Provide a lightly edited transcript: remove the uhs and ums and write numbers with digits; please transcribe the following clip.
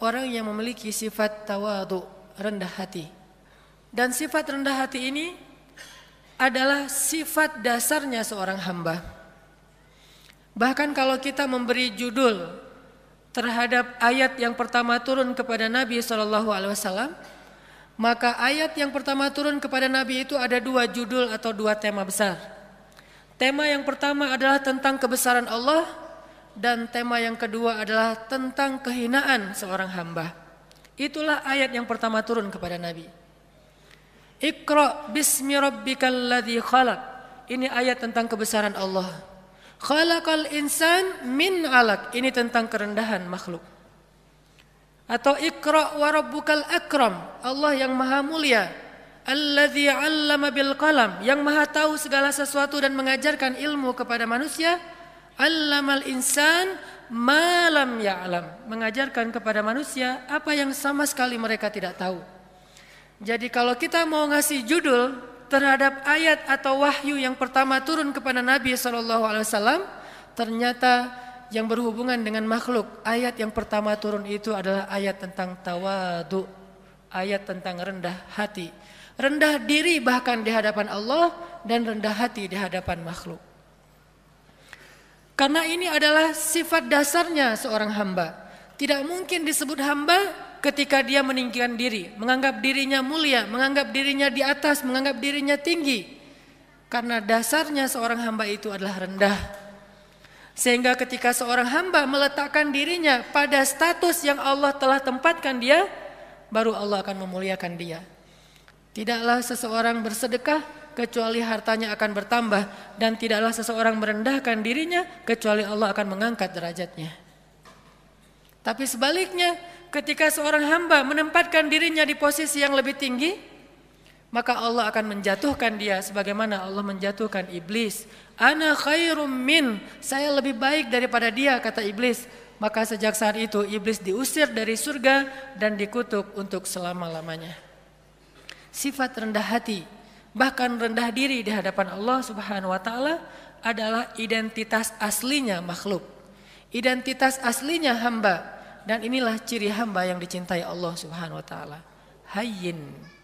orang yang memiliki sifat tawadhu, rendah hati. Dan sifat rendah hati ini adalah sifat dasarnya seorang hamba. Bahkan kalau kita memberi judul terhadap ayat yang pertama turun kepada Nabi SAW, maka ayat yang pertama turun kepada Nabi itu ada dua judul atau dua tema besar. Tema yang pertama adalah tentang kebesaran Allah, dan tema yang kedua adalah tentang kehinaan seorang hamba. Itulah ayat yang pertama turun kepada Nabi. Iqra bismi rabbikal ladzi khalaq. Ini ayat tentang kebesaran Allah. Khalaqal insan min 'alaq. Ini tentang kerendahan makhluk. Atau Iqra wa rabbukal akram. Allah yang maha mulia. Alladzi 'allama bil qalam, yang maha tahu segala sesuatu dan mengajarkan ilmu kepada manusia. 'Allamal insan ma lam ya'lam, mengajarkan kepada manusia apa yang sama sekali mereka tidak tahu. Jadi kalau kita mau ngasih judul terhadap ayat atau wahyu yang pertama turun kepada Nabi SAW, ternyata yang berhubungan dengan makhluk, ayat yang pertama turun itu adalah ayat tentang tawadhu, ayat tentang rendah hati. Rendah diri bahkan di hadapan Allah dan rendah hati di hadapan makhluk. Karena ini adalah sifat dasarnya seorang hamba. Tidak mungkin disebut hamba ketika dia meninggikan diri, menganggap dirinya mulia, menganggap dirinya di atas, menganggap dirinya tinggi. Karena dasarnya seorang hamba itu adalah rendah. Sehingga ketika seorang hamba meletakkan dirinya pada status yang Allah telah tempatkan dia, baru Allah akan memuliakan dia. Tidaklah seseorang bersedekah kecuali hartanya akan bertambah, dan tidaklah seseorang merendahkan dirinya kecuali Allah akan mengangkat derajatnya. Tapi sebaliknya, ketika seorang hamba menempatkan dirinya di posisi yang lebih tinggi, maka Allah akan menjatuhkan dia sebagaimana Allah menjatuhkan iblis. Ana khairum min, saya lebih baik daripada dia, kata iblis. Maka sejak saat itu iblis diusir dari surga dan dikutuk untuk selama-lamanya. Sifat rendah hati, bahkan rendah diri di hadapan Allah Subhanahu wa taala adalah identitas aslinya makhluk. Identitas aslinya hamba, dan inilah ciri hamba yang dicintai Allah Subhanahu wa taala. Hayyin,